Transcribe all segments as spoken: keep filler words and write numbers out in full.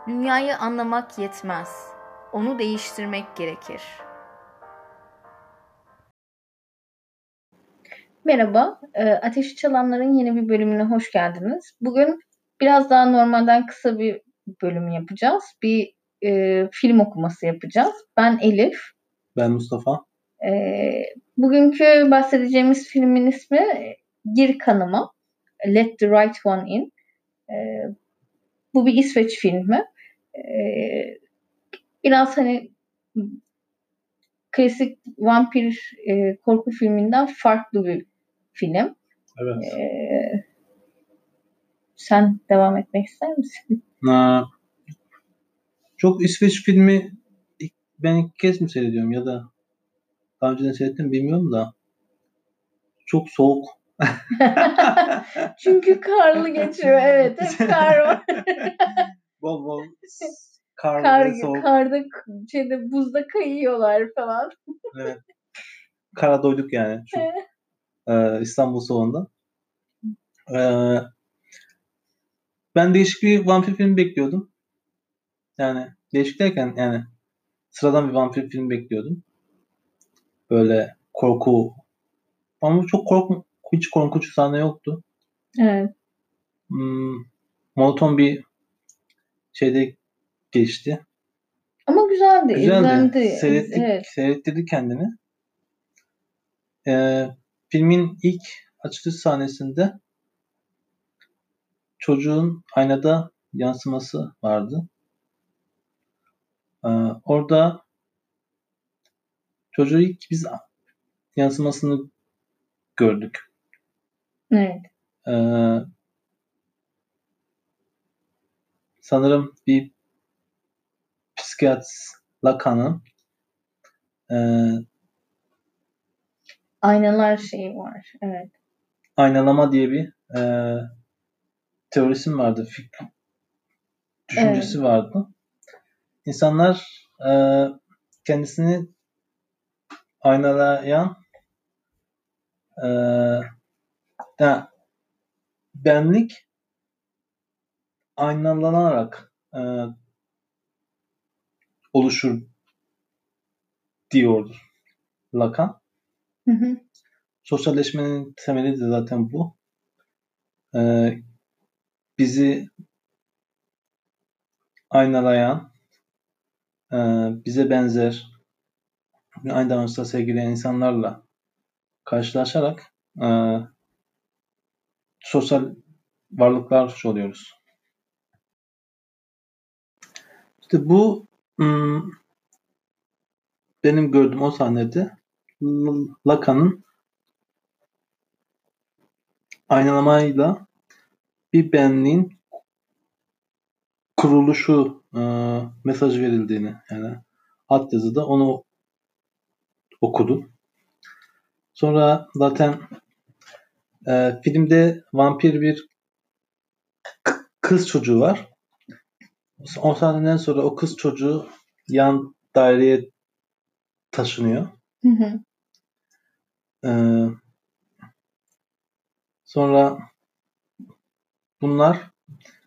Dünyayı anlamak yetmez. Onu değiştirmek gerekir. Merhaba, e, Ateşi Çalanlar'ın yeni bir bölümüne hoş geldiniz. Bugün biraz daha normalden kısa bir bölüm yapacağız. Bir e, film okuması yapacağız. Ben Elif. Ben Mustafa. E, bugünkü bahsedeceğimiz filmin ismi Gir Kanıma. Let the Right One In. E, bu bir İsveç filmi. E, biraz hani klasik vampir e, korku filminden farklı bir film. Evet. Ee, sen devam etmek ister misin? Ha, çok İsveç filmi ben ilk kez mi seyrediyorum ya da daha önceden seyrettim bilmiyorum da çok soğuk. Çünkü karlı geçiyor. Evet, hep kar var. bol bol kar, kar ve soğuk. Karda, şeyde, buzda kayıyorlar falan. Evet. Kara doyduk yani. Çok, e, İstanbul soğuğunda. E, ben değişik bir vampir filmi bekliyordum. Yani değişik derken yani sıradan bir vampir film bekliyordum. Böyle korku ama çok korku hiç korkunç sahne yoktu. Evet. Hmm, monoton bir şeyde geçti. Ama güzeldi. Güzeldi. İzlendi. Seyrettik, Evet. seyrettirdi kendini. Ee, filmin ilk açılış sahnesinde çocuğun aynada yansıması vardı. Ee, orada çocuğu ilk biz yansımasını gördük. Evet. Ee, sanırım bir psikiyatrist Lacan'ın e, Aynalar şeyi var. Evet. aynalama diye bir e, teorisi mi vardı? Fikri, düşüncesi Evet. vardı. İnsanlar e, kendisini aynalayan e, ya, benlik aynalanarak e, oluşur diyordu Lacan. Hı hı. Sosyalleşmenin temeli de zaten bu. E, bizi aynalayan, e, bize benzer, aynı davranışta sergileyen insanlarla karşılaşarak e, sosyal varlıklar oluyoruz. İşte bu hmm, benim gördüğüm o sahnede Lacan'ın aynalamayla bir benliğin kuruluşu e, mesaj verildiğini yani alt yazıda onu okudum. Sonra zaten e, filmde vampir bir kız çocuğu var. O sahneden sonra o kız çocuğu yan daireye taşınıyor. Hı hı. E, sonra bunlar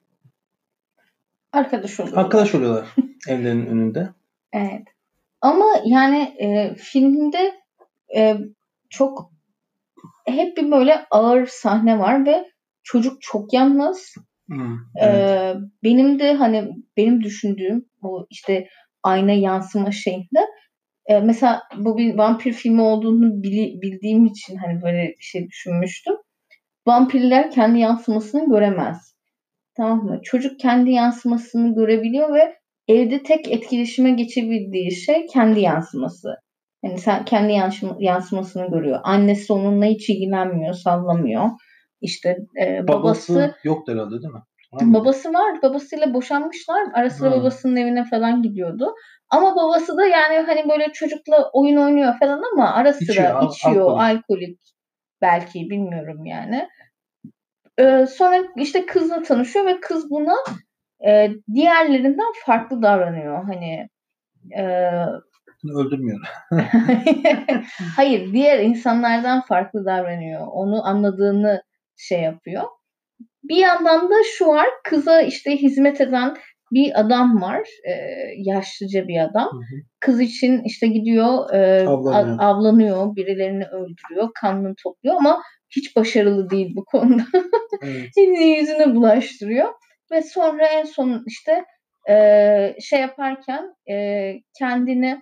Arkadaş oluyorlar. arkadaş oluyorlar evlerinin önünde. Evet. Ama yani e, filmde e, çok hep bir böyle ağır sahne var ve çocuk çok yalnız. Hmm, evet. Ee, benim de hani benim düşündüğüm bu işte ayna yansıma şeyinde e, mesela bu bir vampir filmi olduğunu bili, bildiğim için hani böyle bir şey düşünmüştüm. Vampirler kendi yansımasını göremez. Tamam mı? Çocuk kendi yansımasını görebiliyor ve evde tek etkileşime geçebildiği şey kendi yansıması. Yani sen kendi yansımasını görüyor. Annesi onunla hiç ilgilenmiyor, sallamıyor. İşte e, Babası, babası yoktu herhalde değil mi? Var mıydı? babası var. Babasıyla boşanmışlar. Ara sıra Hmm. babasının evine falan gidiyordu. Ama babası da yani hani böyle çocukla oyun oynuyor falan ama ara sıra İçiyor, al- içiyor, alkolik. alkolik belki bilmiyorum yani. Ee, sonra işte kızla tanışıyor ve kız buna e, diğerlerinden farklı davranıyor. Hani e, öldürmüyor. hayır, diğer insanlardan farklı davranıyor. Onu anladığını şey yapıyor. Bir yandan da şu var, kıza işte hizmet eden bir adam var. E, yaşlıca bir adam. Hı hı. Kız için işte gidiyor e, Avlanıyor. a- avlanıyor. Birilerini öldürüyor. Kanını topluyor ama hiç başarılı değil bu konuda. Evet. Elini yüzüne bulaştırıyor. Ve sonra en son işte e, şey yaparken e, kendini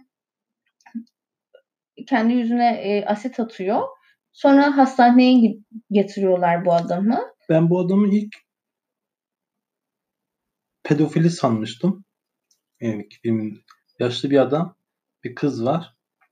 kendi yüzüne e, asit atıyor. Sonra hastaneye getiriyorlar bu adamı. Ben bu adamı ilk pedofili sanmıştım. Yani filmin yaşlı bir adam, bir kız var.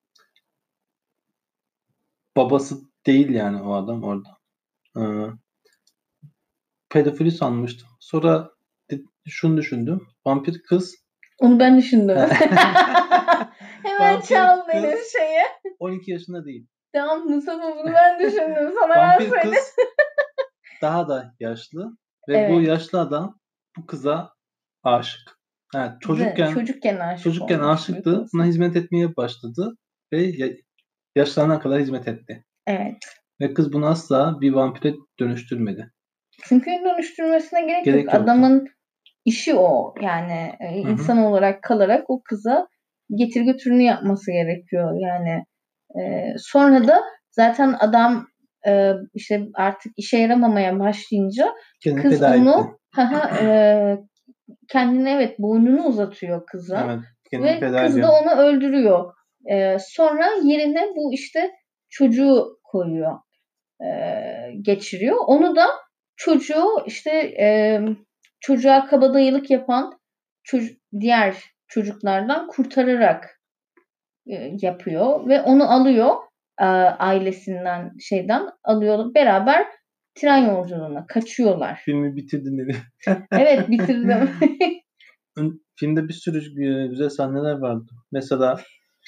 Babası değil yani o adam orada. Ee, pedofili sanmıştım. Sonra de- şunu düşündüm. Vampir kız Onu ben düşündüm. Hemen vampir çal benim kız şeye. on iki yaşında değil. Tamam Mustafa, bunu ben düşündüm. Sana ben Vampir söyledim. kız daha da yaşlı ve bu Evet. yaşlı adam bu kıza aşık. Yani De, çocukken çocukken aşık çocukken olmuş büyük aşıktı. Buna olsun. hizmet etmeye başladı ve ya- yaşlarına kadar hizmet etti. Evet. Ve kız bunu asla bir vampire dönüştürmedi. Çünkü dönüştürmesine gerek yok. Gerek yoktu. Adamın işi o. Yani e, Hı hı. insan olarak kalarak o kıza getir götürünü yapması gerekiyor. Yani e, sonra da zaten adam e, işte artık işe yaramamaya başlayınca Kendini kız feda etti. onu haha, e, kendine evet boynunu uzatıyor kıza Evet, kendini ve feda kız da ediyor. onu öldürüyor. E, sonra yerine bu işte çocuğu koyuyor, e, geçiriyor. Onu da çocuğu işte e, çocuğa kabadayılık yapan çocuk, diğer çocuklardan kurtararak e, yapıyor ve onu alıyor, e, ailesinden şeyden alıyor, beraber tren yolculuğuna kaçıyorlar. Filmi bitirdin dedi. Evet, bitirdim. Filmde bir sürü gü- güzel sahneler vardı. Mesela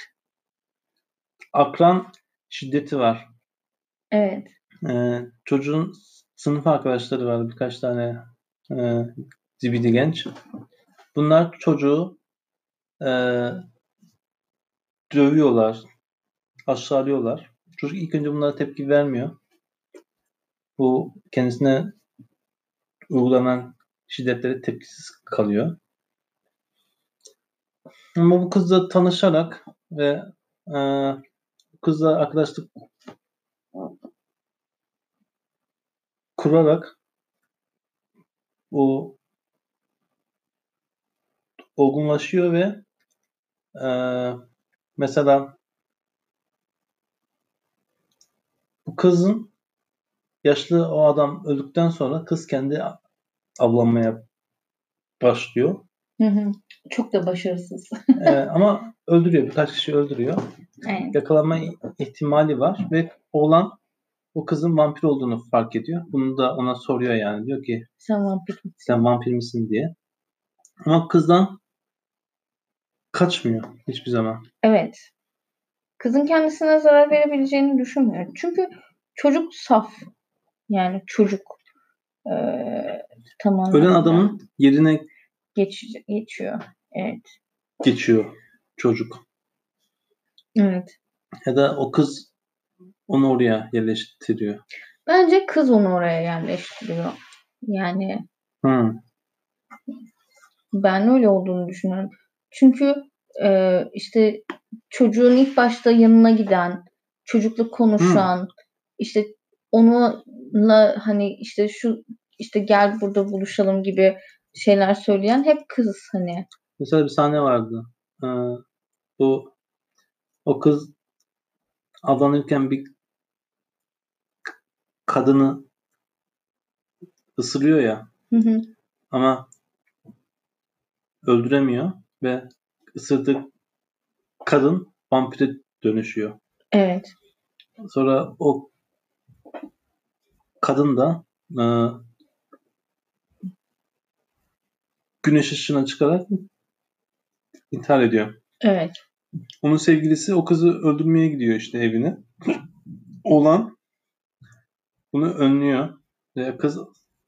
akran şiddeti var. Evet. Ee, çocuğun sınıf arkadaşları vardı. Birkaç tane e, zibidi genç. Bunlar çocuğu e, dövüyorlar, aşağılıyorlar. Çocuk ilk önce bunlara tepki vermiyor. Bu kendisine uygulanan şiddetlere tepkisiz kalıyor. Ama bu kızla tanışarak ve e, bu kızla arkadaşlık kurarak o olgunlaşıyor ve e, mesela bu kızın yaşlı o adam öldükten sonra kız kendi avlanmaya başlıyor. Hı hı. Çok da başarısız. E, ama öldürüyor. Birkaç kişi öldürüyor. Evet. Yakalanma ihtimali var ve oğlan o kızın vampir olduğunu fark ediyor. Bunu da ona soruyor yani. Diyor ki Sen vampir misin? sen vampir misin diye. Ama kızdan kaçmıyor hiçbir zaman. Evet. Kızın kendisine zarar verebileceğini düşünmüyor. Çünkü çocuk saf. Yani çocuk e, tam Ölen anlamıyla adamın yerine geç, geçiyor. Evet. geçiyor çocuk. Evet. Ya da o kız onu oraya yerleştiriyor. Bence kız onu oraya yerleştiriyor. Yani Hmm. ben öyle olduğunu düşünüyorum. Çünkü e, işte çocuğun ilk başta yanına giden, çocukla Hmm. konuşan, işte onunla hani işte şu işte gel burada buluşalım gibi şeyler söyleyen hep kız hani. Mesela bir sahne vardı. Ee, bu o kız avlanırken bir kadını ısırıyor ya Hı hı. ama öldüremiyor ve ısırdığı kadın vampire dönüşüyor. Evet. Sonra o kadın da e, güneş ışığına çıkarak intihar ediyor. Evet. Onun sevgilisi o kızı öldürmeye gidiyor işte evine. Oğlan bunu önlüyor ve kız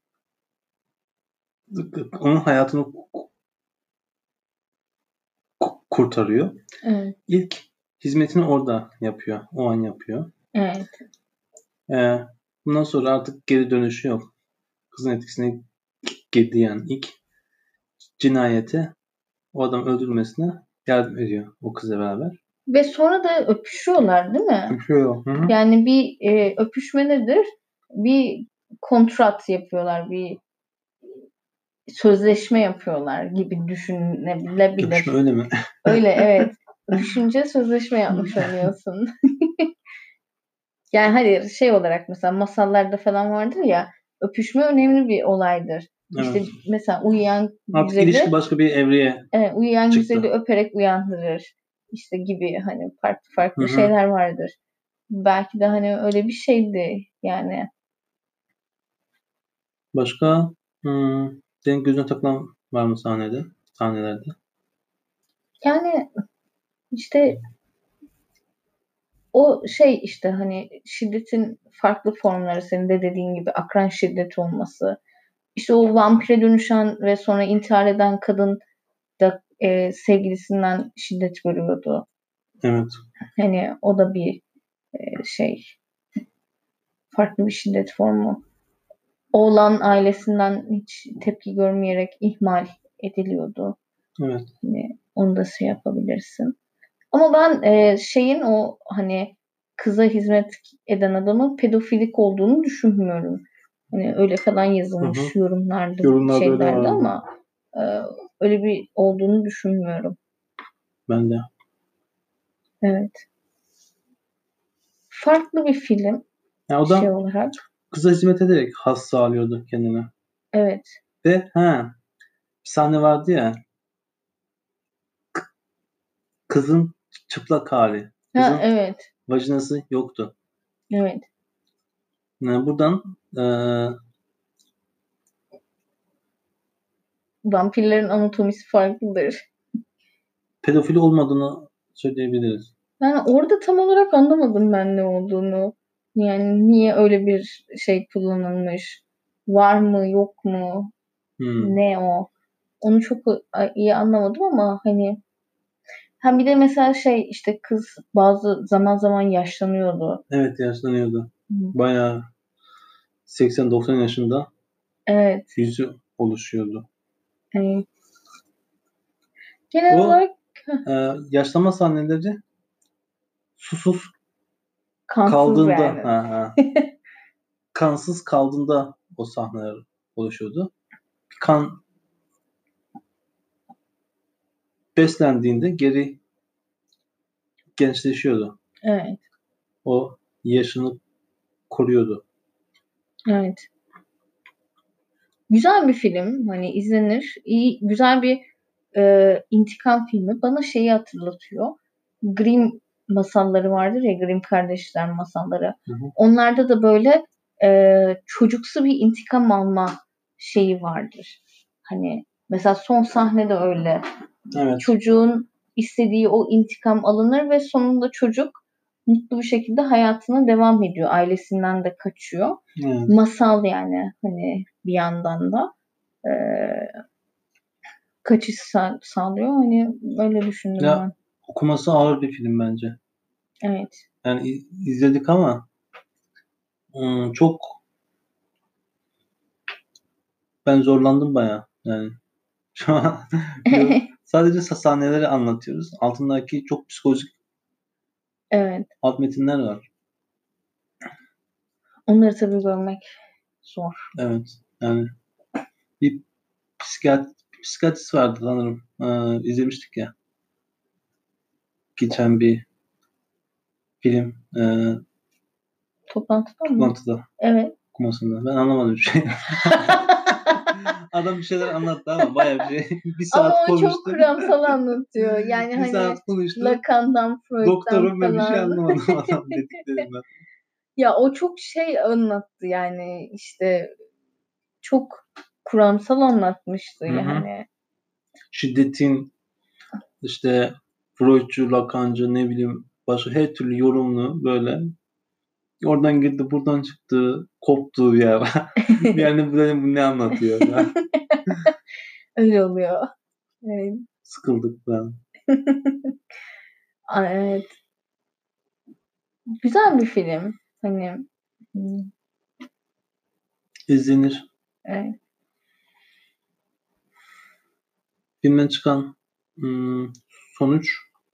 onun hayatını kurtarıyor. Evet. İlk hizmetini orada yapıyor. O an yapıyor. Evet. Ee, bundan sonra artık geri dönüşü yok. Kızın etkisine girdi yani ilk cinayete, o adam öldürmesine yardım ediyor o kızla beraber. Ve sonra da öpüşüyorlar değil mi? Öpüşüyor. Hı hı. Yani bir e, öpüşme nedir? Bir kontrat yapıyorlar, bir sözleşme yapıyorlar gibi düşünülebilir. Öpüşme öyle mi? Öyle evet. Öpüşünce sözleşme yapmış oluyorsun. Yani hayır şey olarak mesela masallarda falan vardır ya, öpüşme önemli bir olaydır. Evet. İşte mesela uyuyan Artık ilişki güzeli başka bir evreye e, uyuyan çıktı. güzeli öperek uyandırır. İşte gibi hani farklı farklı Hı hı. şeyler vardır. Belki de hani öyle bir şeydi yani. Başka hmm, senin gözüne takılan var mı sahnede? Sahnelerde? Yani işte o şey işte hani şiddetin farklı formları, senin de dediğin gibi akran şiddeti olması. İşte o vampire dönüşen ve sonra intihar eden kadın da e, sevgilisinden şiddet görüyordu. Evet. Hani o da bir e, şey, farklı bir şiddet formu. Oğlan ailesinden hiç tepki görmeyerek ihmal ediliyordu. Evet. Hani onu da şey yapabilirsin. Ama ben e, şeyin o hani kıza hizmet eden adamın pedofilik olduğunu düşünmüyorum. Hani öyle falan yazılmış Hı hı. yorumlarda, Yorumlarda öyle şeylerde vardı. ama e, öyle bir olduğunu düşünmüyorum. Ben de. Evet. Farklı bir film Ya o şey da olarak. kıza hizmet ederek has sağlıyordu kendine. Evet. Ve ha bir sahne vardı ya, kızın çıplak hali. Ha Kızın evet. vajinası yoktu. Evet. Yani buradan e, Vampirlerin anatomisi farklıdır. pedofili olmadığını söyleyebiliriz. Yani orada tam olarak anlamadım ben ne olduğunu. Yani niye öyle bir şey kullanılmış? Var mı, yok mu? Hmm. Ne o? Onu çok iyi anlamadım ama hani hem bir de mesela şey işte kız bazı zaman zaman yaşlanıyordu. Evet, yaşlanıyordu. Hı. Bayağı seksen doksan yaşında Evet. yüzü oluşuyordu. Evet. Genel O olarak e, yaşlanma sahneleri susuz kansız kaldığında yani. ha, ha, kansız kaldığında o sahneler oluşuyordu. Kan beslendiğinde geri gençleşiyordu. Evet. O yaşını koruyordu. Evet. Güzel bir film. Hani izlenir. İyi, güzel bir e, intikam filmi. Bana şeyi hatırlatıyor. Grimm masalları vardır ya, Grimm kardeşler masalları. Hı hı. Onlarda da böyle e, çocuksu bir intikam alma şeyi vardır. Hani mesela son sahnede öyle. Evet. Çocuğun istediği o intikam alınır ve sonunda çocuk mutlu bir şekilde hayatına devam ediyor. Ailesinden de kaçıyor. Evet. Masal yani hani bir yandan da e, kaçış sağ- sağlıyor. Hani öyle düşündüm Ya ben. okuması ağır bir film bence. Evet. Yani i- izledik ama ım, çok ben zorlandım bayağı. Yani şu an diyor, sadece sa- sahneleri anlatıyoruz. Altındaki çok psikolojik Evet. alt metinler var. Onları tabii görmek zor. Evet. Yani bir psikiyat psikiyatrist vardı sanırım. Ee, izlemiştik ya. Geçen bir film e, Toplantıda mı? toplantıda Evet. okumasında. Ben anlamadım bir şey. Adam bir şeyler anlattı ama bayağı bir şey. Bir Ama saat o çok konuştu. kuramsal anlatıyor. Yani Bir hani saat konuştu. Lacan'dan, Freud'dan Doktorum ve bir şey falan. anlamadım adam dediklerinden. Ya o çok şey anlattı yani işte çok kuramsal anlatmıştı Hı hı. yani. Şiddetin işte Freudcu, Lacan'cı ne bileyim başka her türlü yorumlu böyle oradan girdi buradan çıktı koptu ya. Yani bu dedim bu ne anlatıyor ya. Öyle oluyor. Evet. Sıkıldık ben. Ay, evet. Güzel bir film. Hani hmm, İzlenir. evet. Filmden çıkan hmm, sonuç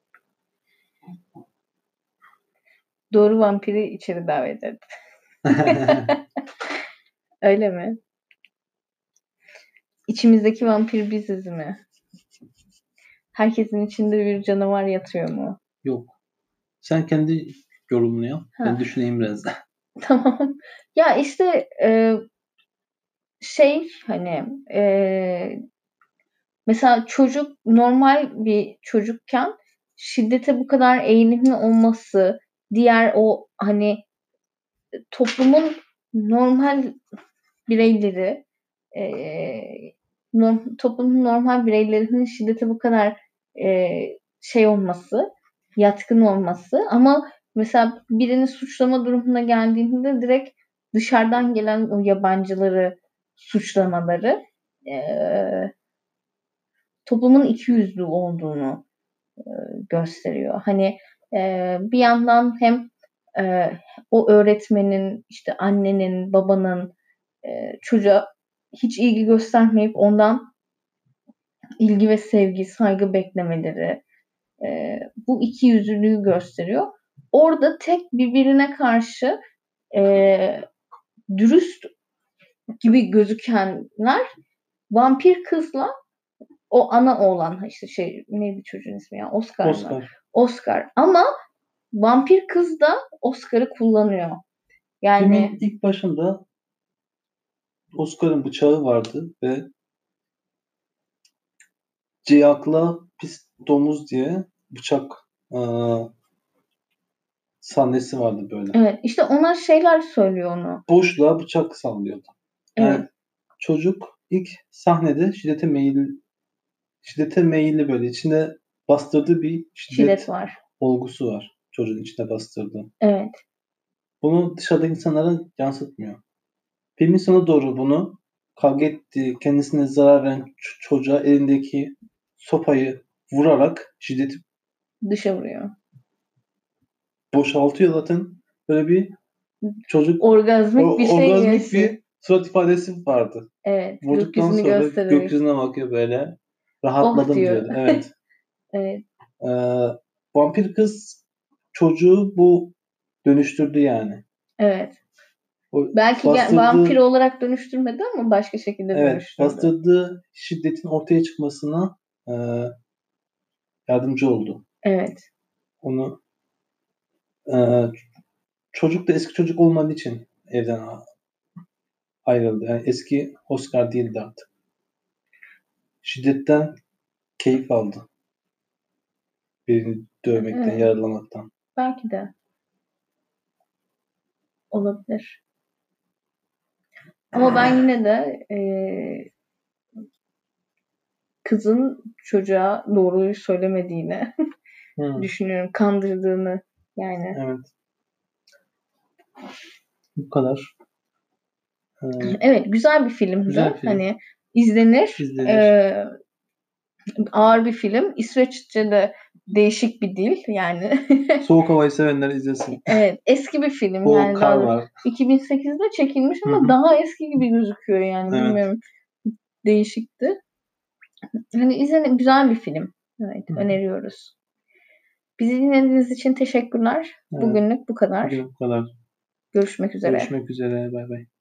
Doğru vampiri içeri davet et. Öyle mi? İçimizdeki vampir biziz mi? Herkesin içinde bir canavar yatıyor mu? yok. Sen kendi yorumunu yap. Ha. Ben düşüneyim biraz. Tamam. Ya işte e, şey hani e, mesela çocuk normal bir çocukken şiddete bu kadar eğilimli olması, diğer o hani toplumun normal bireyleri eee norm, toplumun normal bireylerinin şiddete bu kadar eee, şey olması, yatkın olması ama mesela birini suçlama durumuna geldiğinde direkt dışarıdan gelen o yabancıları suçlamaları eee, toplumun ikiyüzlü olduğunu gösteriyor. Hani eee, bir yandan hem eee, o öğretmenin, işte annenin, babanın eee, çocuğa hiç ilgi göstermeyip ondan ilgi ve sevgi, saygı beklemeleri eee, bu ikiyüzlülüğü gösteriyor. Orada tek birbirine karşı eee, dürüst gibi gözükenler vampir kızla o ana oğlan işte şey neydi çocuğun ismi ya Oscar mı? Oscar. Oscar. Ama vampir kız da Oscar'ı kullanıyor. Yani Filmin ilk başında Oscar'ın bıçağı vardı ve Ciyakla Pis Domuz diye bıçak aa, sahnesi vardı böyle. evet işte ona şeyler söylüyor onu. Boşluğa bıçak sallıyordu. Yani Evet. çocuk ilk sahnede şiddete meyilli şiddete meyilli böyle içinde bastırdığı bir şiddet, Şiddet var. olgusu var. Çocuğun içinde bastırdığı. Evet. Bunu dışarıdaki insanlara yansıtmıyor. Filmin sonu doğru bunu kavga ettiği, kendisine zarar veren ç- çocuğa elindeki sopayı vurarak şiddeti Dışa vuruyor. boşaltıyor zaten. Böyle bir çocuk Orgazmik o, bir şey orgazmik yaşıyor. bir surat ifadesi vardı. Evet. Vurduktan Gökyüzünü sonra göstererek. gökyüzüne bakıyor böyle. Oh Rahatladım diyor. diyordu. Evet. Evet. Ee, vampir kız çocuğu bu dönüştürdü yani. Evet. O Belki ge- vampir bastırdığı olarak dönüştürmedi ama başka şekilde evet dönüştürdü. bastırdığı şiddetin ortaya çıkmasına e, yardımcı oldu. Evet. Onu e, çocuk da eski çocuk olmadığı için evden ayrıldı. Yani eski Oscar değildi artık. Şiddetten keyif aldı. Birini dövmekten, Evet. yaralamaktan. Belki de olabilir. Ama ben yine de e, kızın çocuğa doğruyu söylemediğini Hmm, düşünüyorum. Kandırdığını yani. evet. Bu kadar. Ee, Evet, güzel bir filmdi. güzel film. Hani izlenir. İzlenir. Ee, ağır bir film. İsveççe de değişik bir dil yani. Soğuk havayı sevenler izlesin. Evet, eski bir film Bol yani kar daha var. iki bin sekizde çekilmiş Hı ama hı. daha eski gibi gözüküyor yani Evet. bilmiyorum. Değişikti. Hani izlenir güzel bir film. Evet, Hı hı. öneriyoruz. Bizi dinlediğiniz için teşekkürler. Evet. Bugünlük bu kadar. Bugün bu kadar. Görüşmek üzere. Görüşmek üzere. Bay bay.